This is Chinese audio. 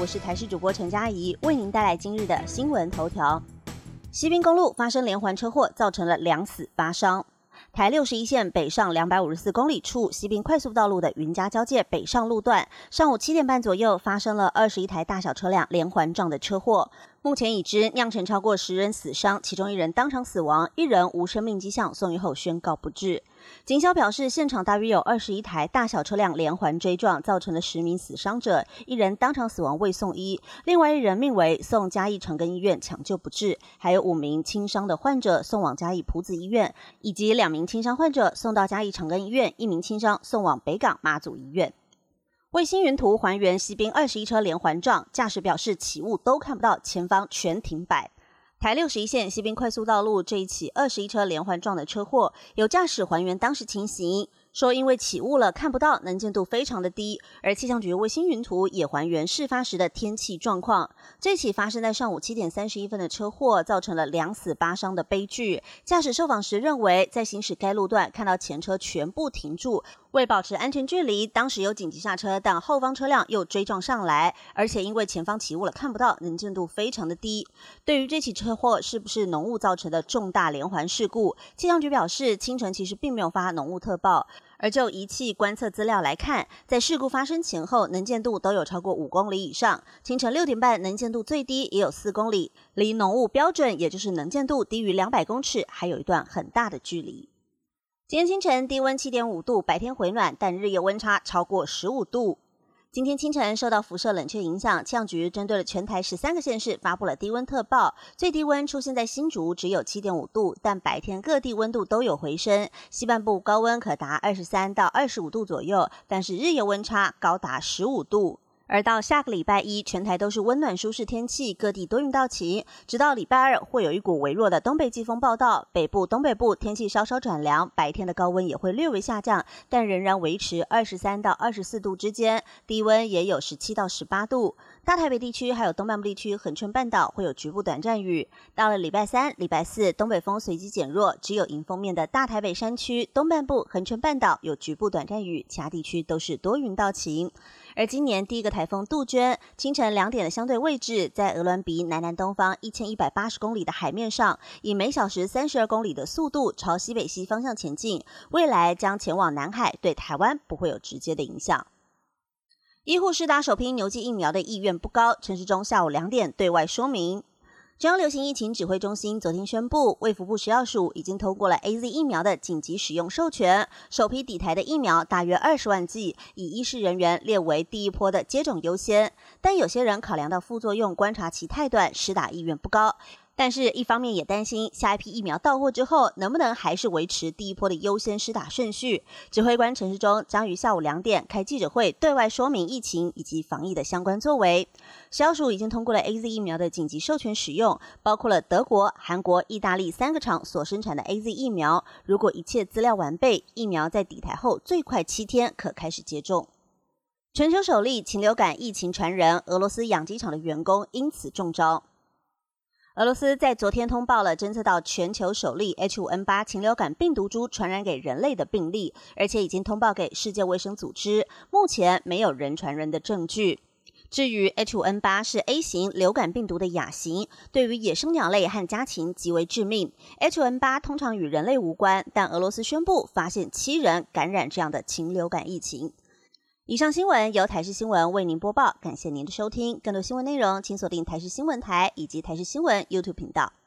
我是台视主播陈佳怡，为您带来今日的新闻头条。西滨公路发生连环车祸，造成了2死8伤。台61线北上254公里处西滨快速道路的云嘉交界北上路段，上午7点半左右发生了21台大小车辆连环撞的车祸。目前已知酿成超过10人死伤，其中1人当场死亡，1人无生命迹象，送医后宣告不治。警消表示，现场大约有21台大小车辆连环追撞，造成了10名死伤者，1人当场死亡未送医，另外1人命危送嘉义长庚医院抢救不治，还有5名轻伤的患者送往嘉义埔子医院，以及2名轻伤患者送到嘉义长庚医院，1名轻伤送往北港妈祖医院。卫星云图还原西滨21车连环撞，驾驶表示起雾都看不到，前方全停摆。台61线西滨快速道路这一起21车连环撞的车祸，有驾驶还原当时情形，说因为起雾了看不到，能见度非常的低，而气象局卫星云图也还原事发时的天气状况。这起发生在上午7点31分的车祸，造成了2死8伤的悲剧。驾驶受访时认为，在行驶该路段看到前车全部停住，为保持安全距离，当时有紧急刹车，但后方车辆又追撞上来，而且因为前方起雾了看不到，能见度非常的低。对于这起车祸是不是浓雾造成的重大连环事故，气象局表示，清晨其实并没有发浓雾特报。而就仪器观测资料来看，在事故发生前后，能见度都有超过5公里以上。清晨6点半，能见度最低也有4公里，离浓雾标准，也就是能见度低于200公尺，还有一段很大的距离。今天清晨低温7.5度，白天回暖，但日夜温差超过15度。今天清晨受到辐射冷却影响，气象局针对了全台13个县市发布了低温特报，最低温出现在新竹只有7.5度，但白天各地温度都有回升，西半部高温可达23到25度左右，但是日夜温差高达15度。而到下个礼拜一，全台都是温暖舒适天气，各地多云到晴，直到礼拜二会有一股微弱的东北季风报道，北部、东北部天气稍稍转凉，白天的高温也会略微下降，但仍然维持23到24度之间，低温也有17到18度。大台北地区还有东半部地区恒春半岛会有局部短暂雨。到了礼拜三、礼拜四，东北风随即减弱，只有迎风面的大台北山区、东半部恒春半岛有局部短暂雨，其他地区都是多云到晴。而今年第一个台风杜鹃，清晨2点的相对位置在鹅銮鼻南南东方1180公里的海面上，以每小时32公里的速度朝西北西方向前进，未来将前往南海，对台湾不会有直接的影响。医护施打首批牛季疫苗的意愿不高，陈时中下午2点对外说明。中央流行疫情指挥中心昨天宣布，卫福部食药署已经通过了 AZ 疫苗的紧急使用授权，首批抵台的疫苗大约20万剂，以医事人员列为第一波的接种优先。但有些人考量到副作用观察期太短，施打意愿不高。但是一方面也担心下一批疫苗到货之后，能不能还是维持第一波的优先施打顺序。指挥官陈时中将于下午2点开记者会，对外说明疫情以及防疫的相关作为。食药署已经通过了 AZ 疫苗的紧急授权使用，包括了德国、韩国、意大利3个厂所生产的 AZ 疫苗。如果一切资料完备，疫苗在抵台后最快7天可开始接种。全球首例禽流感疫情传人，俄罗斯养鸡场的员工因此中招。俄罗斯在昨天通报了侦测到全球首例 H5N8 禽流感病毒株传染给人类的病例，而且已经通报给世界卫生组织，目前没有人传人的证据。至于 H5N8 是 A 型流感病毒的亚型，对于野生鸟类和家禽极为致命。H5N8 通常与人类无关，但俄罗斯宣布发现7人感染这样的禽流感疫情。以上新闻由台视新闻为您播报，感谢您的收听。更多新闻内容请锁定台视新闻台以及台视新闻 YouTube 频道。